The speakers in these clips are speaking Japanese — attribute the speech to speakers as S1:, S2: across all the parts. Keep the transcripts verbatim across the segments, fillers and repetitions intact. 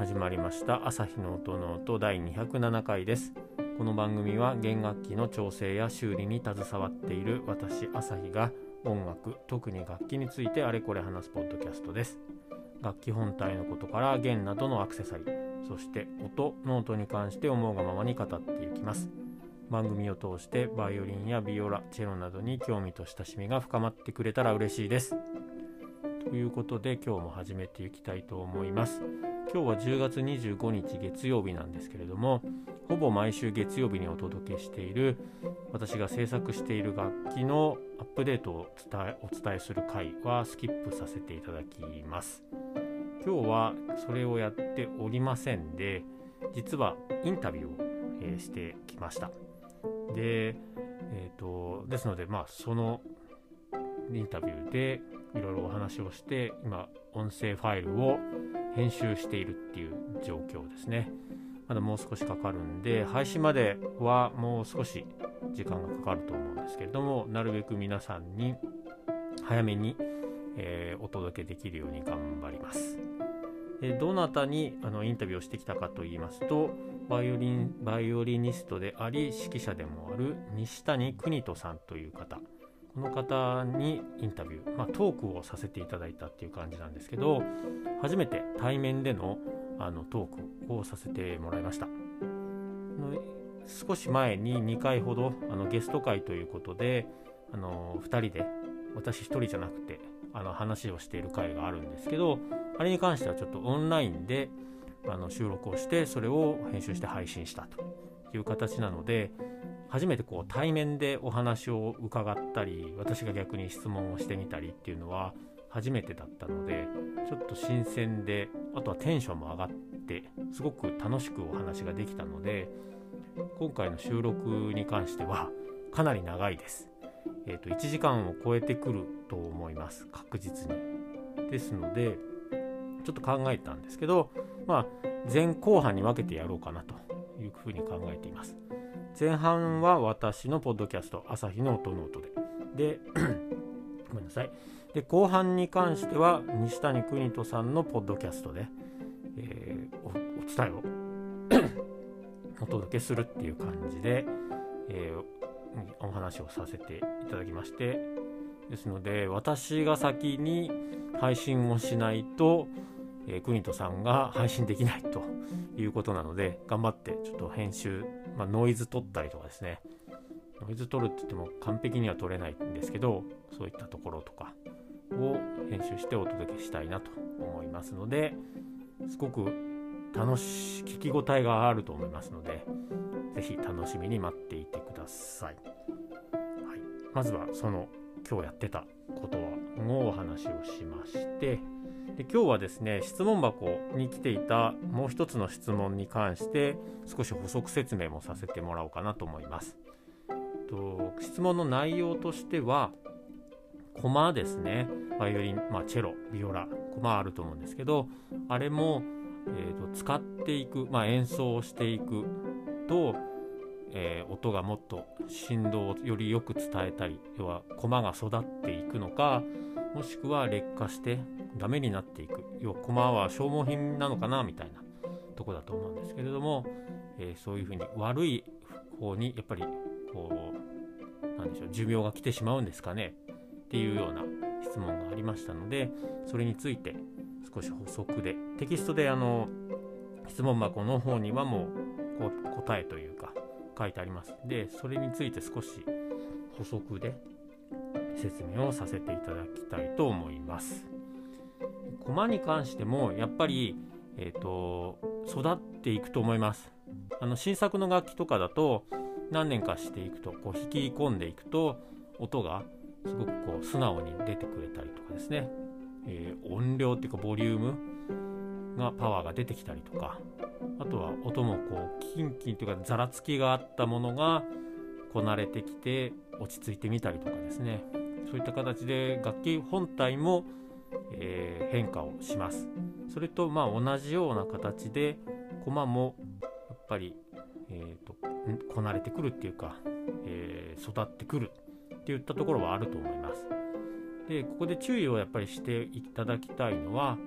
S1: 始まりました朝日の音の音だいにひゃくななかいです。この番組は弦楽器の調整や修理に携わっている私朝日が音楽、特に楽器についてあれこれ話すポッドキャストです。楽器本体のことから弦などのアクセサリー、そして音の音に関して思うがままに語っていきます。番組を通してバイオリンやビオラ、チェロなどに興味と親しみが深まってくれたら嬉しいです。ということで今日も始めていきたいと思います。今日はじゅうがつにじゅうごにち月曜日なんですけれども、ほぼ毎週月曜日にお届けしている私が制作している楽器のアップデートを伝えお伝えする回はスキップさせていただきます。今日はそれをやっておりませんで、実はインタビューを、えー、してきました。で、えーと、ですので、まあ、そのインタビューでいろいろお話をして、今、音声ファイルを編集しているっていう状況ですね。まだもう少しかかるんで、配信まではもう少し時間がかかると思うんですけれども、なるべく皆さんに早めに、えー、お届けできるように頑張ります。でどなたにあのインタビューをしてきたかと言いますと、バイオリン、バイオリニストであり指揮者でもある西谷邦人さんという方、この方にインタビュー、まあ、トークをさせていただいたっていう感じなんですけど、初めて対面での、あのトークをさせてもらいました。少し前ににかいほどあのゲスト会ということで、あのふたりで、私ひとりじゃなくてあの話をしている回があるんですけど、あれに関してはちょっとオンラインであの収録をして、それを編集して配信したという形なので、初めてこう対面でお話を伺ったり、私が逆に質問をしてみたりっていうのは初めてだったので、ちょっと新鮮で、あとはテンションも上がってすごく楽しくお話ができたので、今回の収録に関してはかなり長いです。えーと、いちじかんを超えてくると思います、確実に。ですのでちょっと考えたんですけど、まあ前後半に分けてやろうかなというふうに考えています。前半は私のポッドキャスト朝日の音の音ででごめんなさい。で後半に関しては西谷邦人さんのポッドキャストで、えー、お, お伝えをお届けするっていう感じで、えー、お話をさせていただきまして、ですので私が先に配信をしないと、えー、邦人さんが配信できないということなので、頑張ってちょっと編集、まあ、ノイズ取ったりとかですね、ノイズ取るって言っても完璧には取れないんですけど、そういったところとかを編集してお届けしたいなと思いますので、すごく楽しい聞き応えがあると思いますので、ぜひ楽しみに待っていてください。はい、まずはその今日やってたことをお話をしまして、で今日はですね、質問箱に来ていたもう一つの質問に関して少し補足説明もさせてもらおうかなと思います。と質問の内容としては、コマですね、バイオリン、まあ、チェロ、ビオラ、コマあると思うんですけど、あれも、えーと、使っていく、まあ、演奏をしていくと、えー、音がもっと振動をよりよく伝えたり、要はコマが育っていくのか、もしくは劣化してダメになっていく、要はコマは消耗品なのかなみたいなとこだと思うんですけれども、えー、そういうふうに悪い方にやっぱりこうなんでしょう、寿命が来てしまうんですかねっていうような質問がありましたので、それについて少し補足で、テキストであの質問箱の方にはもう答えというか書いてありますので、それについて少し補足で説明をさせていただきたいと思います。コマに関してもやっぱり、えーと、育っていくと思います。あの新作の楽器とかだと何年かしていくと、こう引き込んでいくと音がすごくこう素直に出てくれたりとかですね、えー、音量っていうかボリュームがパワーが出てきたりとか、あとは音もこうキンキンというかざらつきがあったものがこなれてきて落ち着いてみたりとかですね、そういった形で楽器本体も、えー、変化をします。それとまあ同じような形でコマもやっぱり、えーと、こなれてくるっていうか、えー、育ってくるっていったところはあると思います。でここで注意をやっぱりしていただきたいのは、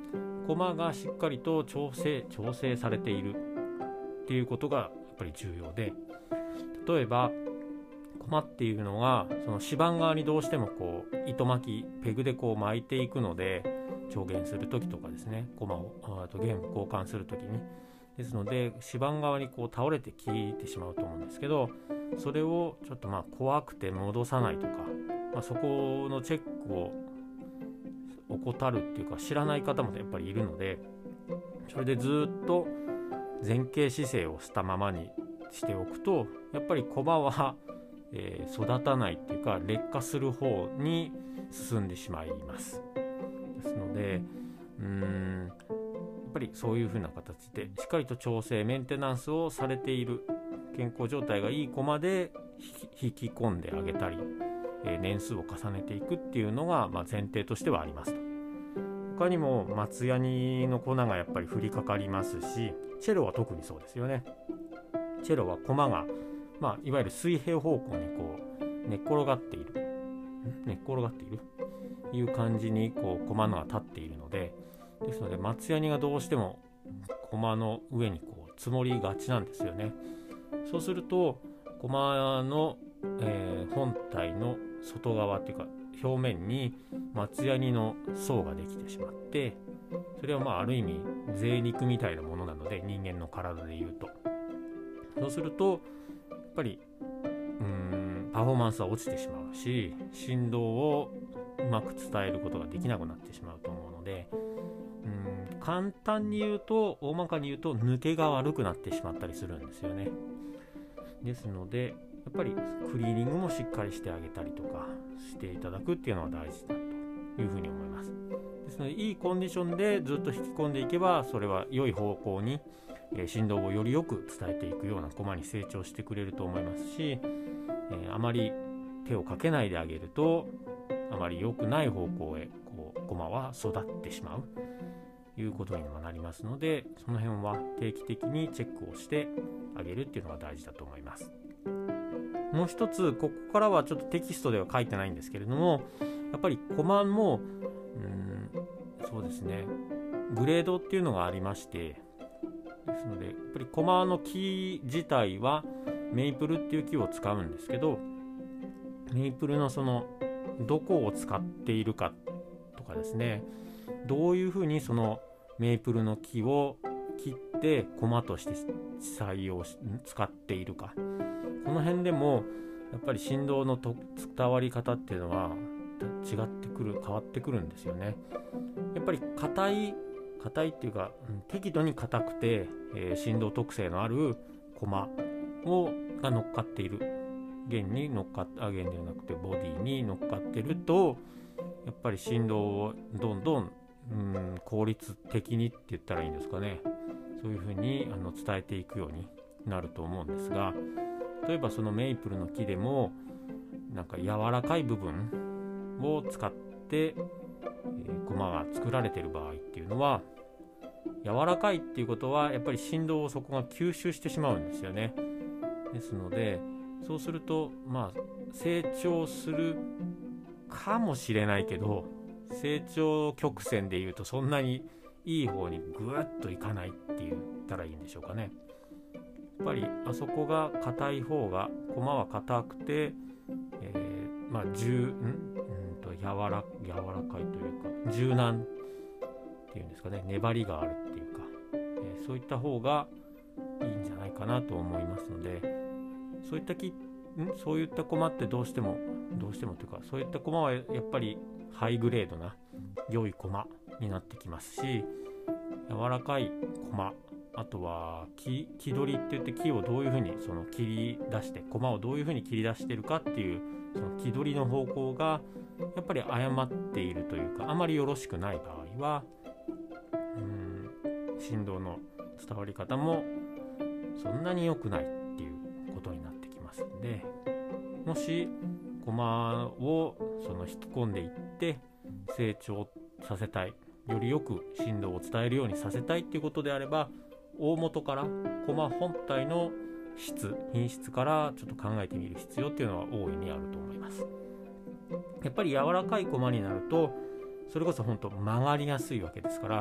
S1: 駒がしっかりと調整調整されているっていうことがやっぱり重要で、例えば駒っていうのがその指板側にどうしてもこう糸巻きペグでこう巻いていくので、調弦する時とかですね、駒をあと弦を交換する時にですので指板側にこう倒れて効いてしまうと思うんですけど、それをちょっとまあ怖くて戻さないとか、まあ、そこのチェックを怠るっていうか知らない方もやっぱりいるので、それでずっと前傾姿勢をしたままにしておくとやっぱり駒は、えー、育たないっていうか劣化する方に進んでしまいます。ですのでうーんやっぱりそういう風な形でしっかりと調整メンテナンスをされている健康状態がいい駒で引き込んであげたり、えー、年数を重ねていくっていうのが、まあ、前提としてはありますと。他にも松ヤニの粉がやっぱり降りかかりますし、チェロは特にそうですよね。チェロは駒が、まあ、いわゆる水平方向にこう寝っ転がっている寝っ転がっているいう感じにこう駒のが立っているので、ですので松ヤニがどうしても駒の上にこう積もりがちなんですよね。そうすると駒の、えー、本体の外側っていうか表面に松ヤニの層ができてしまって、それはまあある意味贅肉みたいなものなので、人間の体でいうとそうするとやっぱりうーんパフォーマンスは落ちてしまうし、振動をうまく伝えることができなくなってしまうと思うので、うーん簡単に言うと大まかに言うと抜けが悪くなってしまったりするんですよね。ですのでやっぱりクリーニングもしっかりしてあげたりとかしていただくっていうのは大事だというふうに思います。ですのでいいコンディションでずっと引き込んでいけば、それは良い方向に、えー、振動をよりよく伝えていくような駒に成長してくれると思いますし、えー、あまり手をかけないであげるとあまり良くない方向へこう駒は育ってしまうということにもなりますので、その辺は定期的にチェックをしてあげるっていうのが大事だと思います。もう一つ、ここからはちょっとテキストでは書いてないんですけれども、やっぱり駒もうーんそうですねグレードっていうのがありまして、ですのでやっぱり駒の木自体はメイプルっていう木を使うんですけど、メイプルのそのどこを使っているかとかですね、どういうふうにそのメイプルの木を切って駒として採用し使っているか、この辺でもやっぱり振動のと伝わり方っていうのは違ってくる変わってくるんですよね。やっぱり硬い硬いっていうか、うん、適度に硬くて、えー、振動特性のある駒をが乗っかっている弦に乗っかっあ弦ではなくてボディに乗っかってると、やっぱり振動をどんどん、うん、効率的にって言ったらいいんですかね、そういうふうにあの伝えていくようになると思うんですが、例えばそのメイプルの木でもなんか柔らかい部分を使って、えー、駒が作られている場合っていうのは、柔らかいっていうことはやっぱり振動をそこが吸収してしまうんですよね。ですのでそうするとまあ成長するかもしれないけど、成長曲線でいうとそんなにいい方にぐっといかないって言ったらいいんでしょうかね。やっぱりあそこが硬い方が駒は硬くて、えー、まあ柔んんと柔ら柔らかいというか柔軟っていうんですかね、粘りがあるっていうか、えー、そういった方がいいんじゃないかなと思いますので、そういった木んそういった駒ってどうしてもどうしてもというかそういった駒はやっぱりハイグレードな良い駒になってきますし、柔らかい駒、あとは 木, 木取りって言って木をどういうふうにその切り出して駒をどういうふうに切り出しているかっていうその木取りの方向がやっぱり誤っているというか、あまりよろしくない場合はうーん振動の伝わり方もそんなに良くないっていうことになってきますので、もし駒をその引き込んでいって成長させたい、よりよく振動を伝えるようにさせたいっていうことであれば、大元から駒本体の質品質からちょっと考えてみる必要っていうのは大いにあると思います。やっぱり柔らかい駒になるとそれこそ本当曲がりやすいわけですから、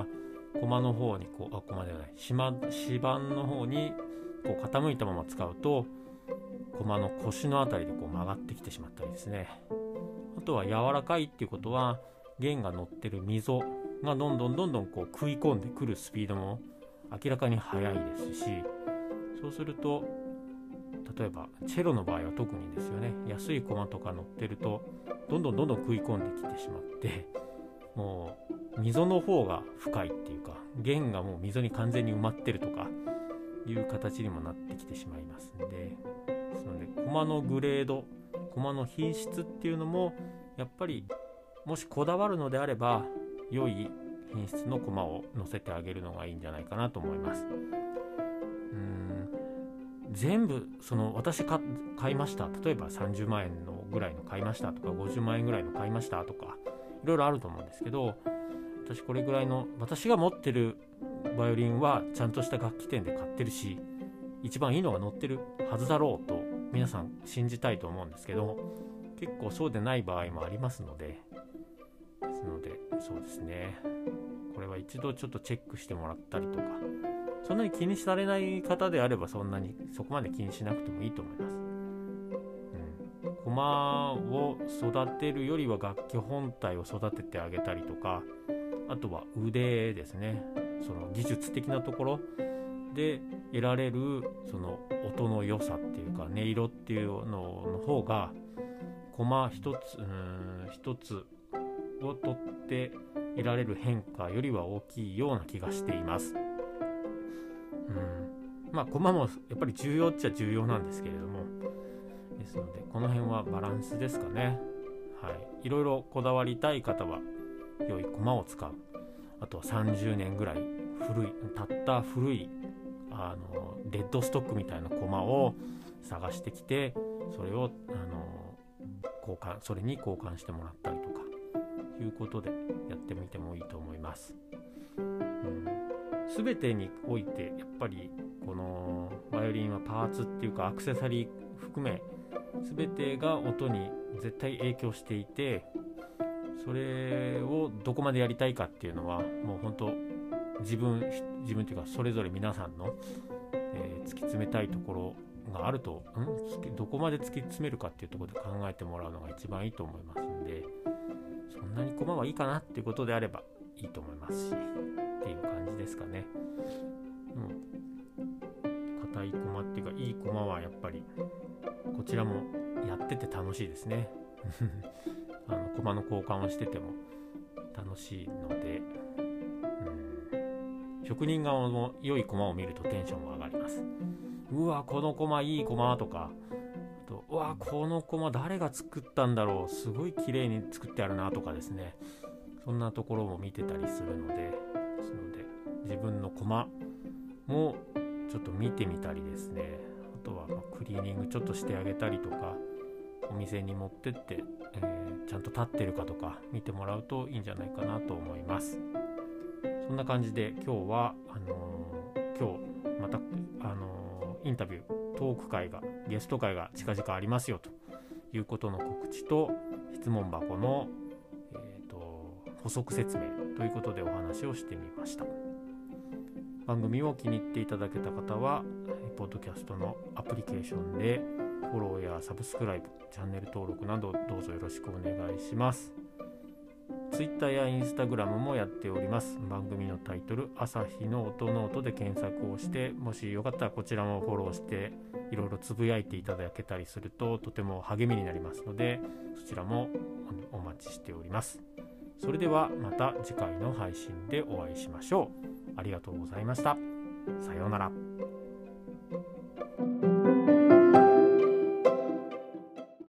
S1: 駒の方にこうあ駒ではない芝指板の方にこう傾いたまま使うと駒の腰のあたりでこう曲がってきてしまったりですね。あとは柔らかいっていうことは弦が乗ってる溝がどんどんどんどんこう食い込んでくるスピードも明らかに速いですし、そうすると例えばチェロの場合は特にですよね、安い駒とか乗ってるとどんどんどんどん食い込んできてしまって、もう溝の方が深いっていうか弦がもう溝に完全に埋まってるとかいう形にもなってきてしまいますので、ですので駒のグレード、駒の品質っていうのもやっぱりもしこだわるのであれば良い品質の駒を乗せてあげるのがいいんじゃないかなと思います。うーん全部その私か買いました、例えばさんじゅうまんえんのぐらいの買いましたとかごじゅうまんえんぐらいの買いましたとかいろいろあると思うんですけど、私これぐらいの私が持ってるバイオリンはちゃんとした楽器店で買ってるし一番いいのが乗ってるはずだろうと皆さん信じたいと思うんですけど、結構そうでない場合もありますのでですのでそうですね、これは一度ちょっとチェックしてもらったりとか、そんなに気にされない方であればそんなにそこまで気にしなくてもいいと思います。うん、駒を育てるよりは楽器本体を育ててあげたりとか、あとは腕ですね、その技術的なところで得られるその音の良さっていうか音色っていうのの方が駒一つうーん一つを取って得られる変化よりは大きいような気がしています。うん、まあ駒もやっぱり重要っちゃ重要なんですけれども、ですのでこの辺はバランスですかね。はい、いろいろこだわりたい方は良い駒を使う、あとはさんじゅうねんぐらい古いたった古いあのレッドストックみたいな駒を探してきて、それをあの交換それに交換してもらったりとかいうことでやってみてもいいと思います。うん、全てにおいてやっぱりこのバイオリンはパーツっていうかアクセサリー含め全てが音に絶対影響していて、それをどこまでやりたいかっていうのはもう本当自分自分というかそれぞれ皆さんの、えー、突き詰めたいところがあるとんどこまで突き詰めるかっていうところで考えてもらうのが一番いいと思いますんで、そんなに駒はいいかなっていうことであればいいと思いますしっていう感じですかね。硬い駒っていうかいい駒はやっぱりこちらもやってて楽しいですねあの駒の交換をしてても楽しいので、うん、職人側も良い駒を見るとテンションが上がります。うわこの駒いい駒とか、あとうわこの駒誰が作ったんだろう、すごい綺麗に作ってあるなとかですね、そんなところも見てたりするので、ですので自分の駒もちょっと見てみたりですね、あとはまあクリーニングちょっとしてあげたりとか、お店に持ってって、えー、ちゃんと立ってるかとか見てもらうといいんじゃないかなと思います。そんな感じで今日はあのー、今日またあのー、インタビュートーク会がゲスト会が近々ありますよということの告知と、質問箱の、えーと、補足説明ということでお話をしてみました。番組を気に入っていただけた方はポッドキャストのアプリケーションでフォローやサブスクライブ、チャンネル登録などどうぞよろしくお願いします。Twitter や Instagram もやっております。番組のタイトル朝日の音ノートで検索をして、もしよかったらこちらもフォローしていろいろつぶやいていただけたりするととても励みになりますので、そちらもお待ちしております。それではまた次回の配信でお会いしましょう。ありがとうございました。さようなら。